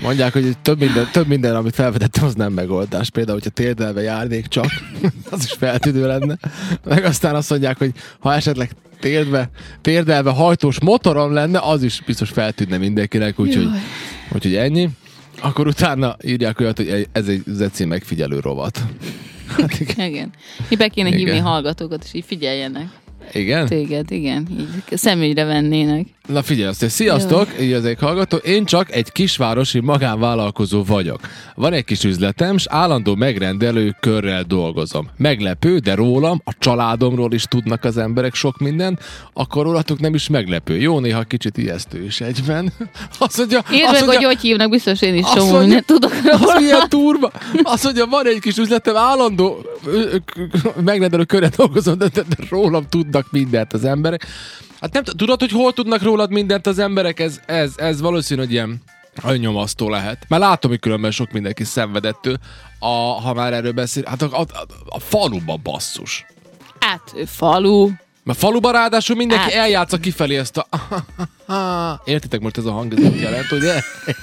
Mondják, hogy több minden, amit felvetettem, az nem megoldás. Például, hogyha térdelve járnék csak, az is feltűnő lenne. Meg aztán azt mondják, hogy ha esetleg térdelve hajtós motorom lenne, az is biztos feltűnne mindenkinek, úgyhogy ennyi. Akkor utána írják olyat, hogy ez egy Zeci megfigyelő rovat. Hát igen. Be kéne hívni hallgatókat, és így figyeljenek. Igen? Téged, igen. Így szemügyre vennének. Na figyelj azt, hogy sziasztok, így az egy hallgató, én csak egy kisvárosi magánvállalkozó vagyok. Van egy kis üzletem, és állandó megrendelő körrel dolgozom. Meglepő, de rólam, a családomról is tudnak az emberek sok mindent, akkor rólatok nem is meglepő. Jó, néha kicsit ijesztő is egyben. Érd meg, hogy hívnak, biztos én is csomó mindent tudok róla. Az milyen turba. Azt mondja, van egy kis üzletem, állandó megrendelő körrel dolgozom, de rólam tudnak mindent az emberek. Hát nem tudod, hogy hol tudnak rólad mindent az emberek? Ez valószínű, hogy ilyen nyomasztó lehet. Mert látom, hogy különben sok mindenki szenvedettől, ha már erről beszél. Hát a faluba basszus. Hát, falu. Mert faluban ráadásul mindenki eljátsza kifelé ezt a... Értitek most ez a hang, ez mit jelent, ugye?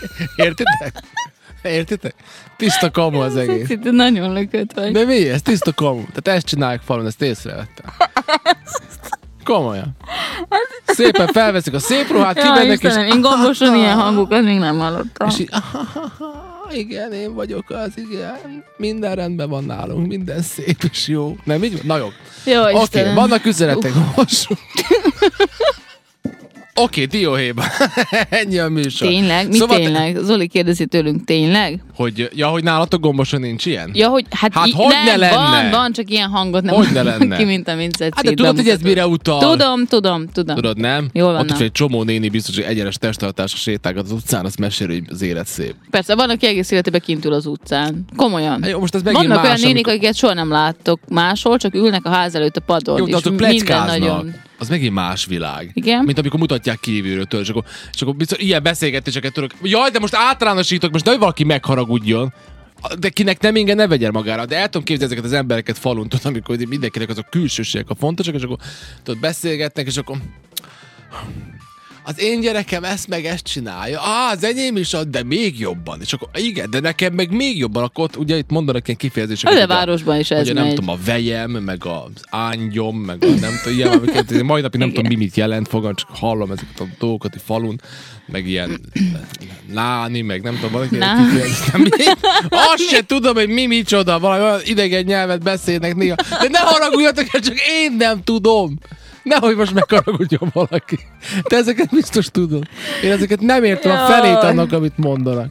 Értitek? Tiszta kamu az egész. Itt nagyon lökött vagy. De mi? Ez tiszta kamu. Tehát ezt csinálják falun, ezt észrevettem. Komolyan. Szépen felveszik a szép ruhát, kimennek és... Én gomboson ilyen hangokat még nem hallottam. És így, igen, én vagyok az, igen. Minden rendben van nálunk, minden szép és jó. Nem így? Na jó. Oké, vannak üzenetek. Oké, dióhéjban. Ennyi a műsor. Tényleg? Mi szóval tényleg? Zoli kérdezi tőlünk, tényleg? Hogy nálatok gomboson nincs ilyen? Ja, hogy hogy nem, ne lenne? Van, csak ilyen hangot nem. Hogy ne lenne? Ki, mint amit Zeci. Hát de tudod, hogy ez mire utal? Tudom. Tudod, nem? Jól van. Ott is egy csomó néni biztos, hogy egyenes testtartásra sétálgat az utcán, azt mesél, hogy az élet szép. Persze, van, aki egész életében kint ül az utcán. Komolyan. Hát jó, most ez megint vannak más, olyan nénik, akiket soha nem láttok máshol, csak ülnek a ház előtt a padon. Jó, de és minden nagyon... Az megint más világ. Igen? Mint amikor mutatják kívülről tőle, és akkor biztos ilyen beszélgetéseket tudok. Jaj, de most általánosítok, most nehogy valaki megharagudjon. De kinek nem inge, ne vegyen magára. De el tudom képzelni ezeket az embereket falun, tudod, amikor mindenkinek azok külsőségek a fontosak, és akkor tudod, beszélgetnek, és akkor... Az én gyerekem ezt meg ezt csinálja. Az enyém is ad, de még jobban. És akkor igen, de nekem meg még jobban. Akkor ott, ugye itt mondanak ilyen kifejezéseket. A városban is ez megy. Nem tudom, a vejem, meg az ángyom, meg a nem tudom, ilyen, amiket mai napig nem tudom, mit jelent fogam, csak hallom ezeket a dolgokat hogy falun, meg ilyen láni, meg nem tudom, valaki kifejezést. Azt se tudom, hogy micsoda, valami olyan idegen nyelvet beszélnek néha. De ne haragudjatok, csak én nem tudom. Nehogy most megharagudjon valaki. Te ezeket biztos tudod. Én ezeket nem értem a felét annak, amit mondanak.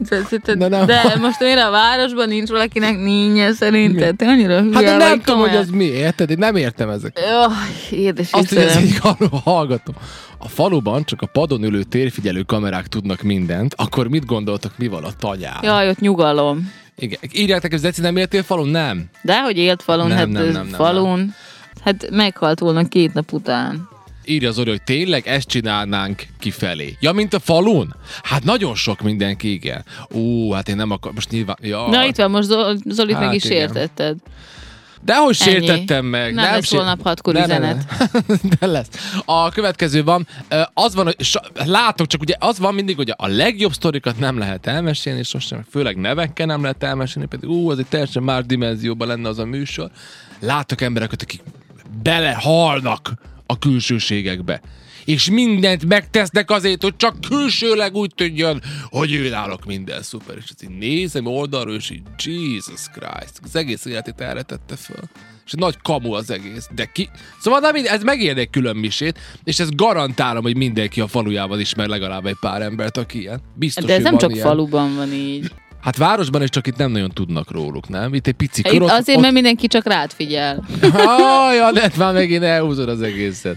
De most én a városban nincs valakinek nincs szerinted. Te annyira hülye. Hát de nem tudom, hogy az mi. Érted? Én nem értem ezeket. Édes azt, hogy ez így hallgatom. A faluban csak a padon ülő térfigyelő kamerák tudnak mindent, akkor mit gondoltok, mi van a tanyán? Jaj, ott nyugalom. Igen. Írják neked, Zeci, nem éltél falun? Nem. De hogy élt falun, nem, falun. Hát meghalt volna 2 nap után. Írja Zoli, hogy tényleg ezt csinálnánk kifelé. Ja, mint a falun? Hát nagyon sok mindenki, igen. Hát én nem akar... Most nyilván... Ja. Na itt van, most Zolit meg is sértetted. Dehogy sértettem meg. Nem lesz holnap 6-kor üzenet. De lesz. A következő van, az van, hogy látok, csak ugye az van mindig, hogy a legjobb sztorikat nem lehet elmesélni, és sosem, főleg nevekkel nem lehet elmesélni, pedig az egy teljesen más dimenzióban lenne az a műsor. Látok embereket, akik belehalnak a külsőségekbe. És mindent megtesznek azért, hogy csak külsőleg úgy tudjon, hogy ő náluk minden szuper. És így nézem oldalról, és így Jesus Christ. Az egész életét erre tette föl. És nagy kamu az egész. De ki... Szóval ez megérne egy külön misét, és ezt garantálom, hogy mindenki a falujában ismer legalább egy pár embert, aki ilyen. Biztos, de ez nem csak ilyen. faluban van így. Hát városban is, csak itt nem nagyon tudnak róluk, nem? Itt egy pici kör. Azért, mert mindenki csak rád figyel. Lett már megint elhúzod az egészet.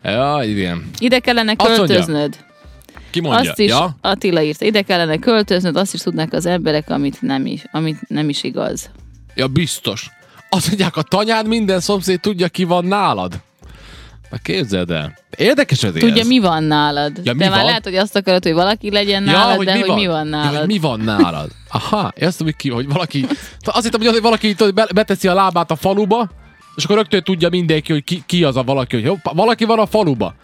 Igen. Ide kellene költöznöd. Ki mondja? Azt is, Attila írta, ide kellene költöznöd, azt is tudnak az emberek, amit nem is igaz. Ja, biztos. Azt mondják, a tanyád minden szomszéd tudja, ki van nálad. Na képzeld el. Érdekes ez. Tudja, mi van nálad. Ja, de már lehet, hogy azt akarod, hogy valaki legyen nálad, hogy de hogy mi van nálad. Ja, hogy mi van nálad. Aha, azt tudom, hogy valaki... Azt hittem, hogy valaki beteszi a lábát a faluba, és akkor rögtön tudja mindenki, hogy ki az a valaki, hogy valaki van a faluba.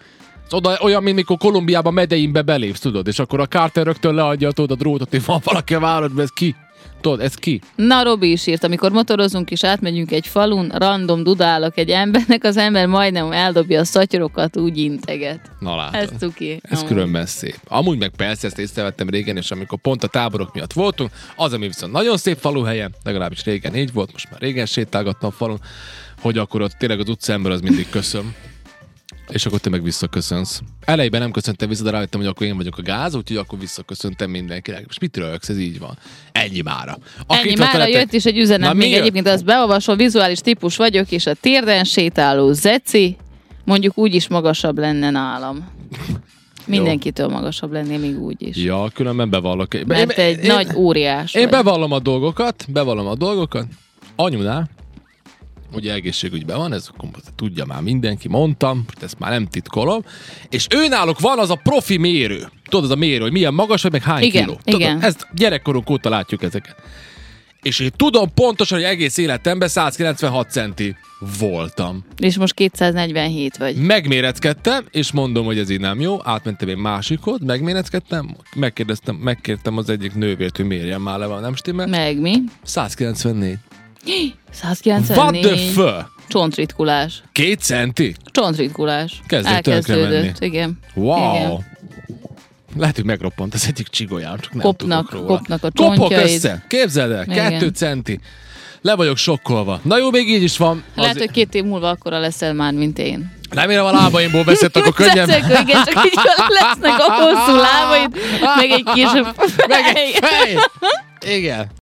Oda olyan, mint mikor Kolumbiában Medellínbe belépsz, tudod, és akkor a Carter rögtön leadja tudod, a drótot, hogy van valaki a városban, ez ki? Tudod, ez ki? Na, Robi is írt, amikor motorozunk és átmegyünk egy falun, random dudálok egy embernek, az ember majdnem eldobja a szatyorokat, úgy integet. Na látod. Ez cuki. Ez különben szép. Amúgy meg persze, ezt észrevettem régen, és amikor pont a táborok miatt voltunk, az, ami viszont nagyon szép faluhelye, legalábbis régen így volt, most már régen sétálgattam a falun, hogy akkor ott tényleg az utcámber az mindig köszön. És akkor te meg visszaköszönsz. Elejében nem köszöntem vissza, de rájöttem, hogy akkor én vagyok a gáz, úgyhogy akkor visszaköszöntem mindenkinek. Most mit röhögsz, ez így van. Ennyi mára. Ennyi mára jött is egy üzenet, még egyébként azt beolvasom, vizuális típus vagyok, és a térden sétáló zeci mondjuk úgy is magasabb lenne nálam. Mindenkitől magasabb lennél még úgy is. Ja, különben bevallok. Mert egy nagy óriás Én vagy. bevallom a dolgokat. Anyunál, ugye egészségügyben van, ez tudja már mindenki, mondtam, ezt már nem titkolom, és őnáluk van az a profi mérő. Tudod, az a mérő, hogy milyen magas vagy, meg hány kiló. Tudod, igen. Ezt gyerekkorunk óta látjuk ezeket. És én tudom pontosan, hogy egész életemben 196 centi voltam. És most 247 vagy. Megméreckedtem, és mondom, hogy ez így nem jó. Átmentem egy másikot, megméreckedtem, megkértem az egyik nővért, hogy mérjem már le, van, nem stimmel? Meg mi? 194. 194. What the fuck? Csontritkulás. 2 centi? Csontritkulás. Kezdett tönkre menni. Elkezdődött, igen. Wow. Igen. Lehet, hogy megroppant az egyik csigolyám, csak nem tudok róla. Kopnak a Kopok csontjaid. össze, képzeld el, Igen. 2 centi. Le vagyok sokkolva. Na jó, még így is van. Lehet, hogy 2 év múlva akkora leszel már, mint én. Remélem a lábaimból veszett, akkor könnyen. Igen, csak így lesznek a hosszú lábaid, meg egy kis... Meg egy fej. Igen.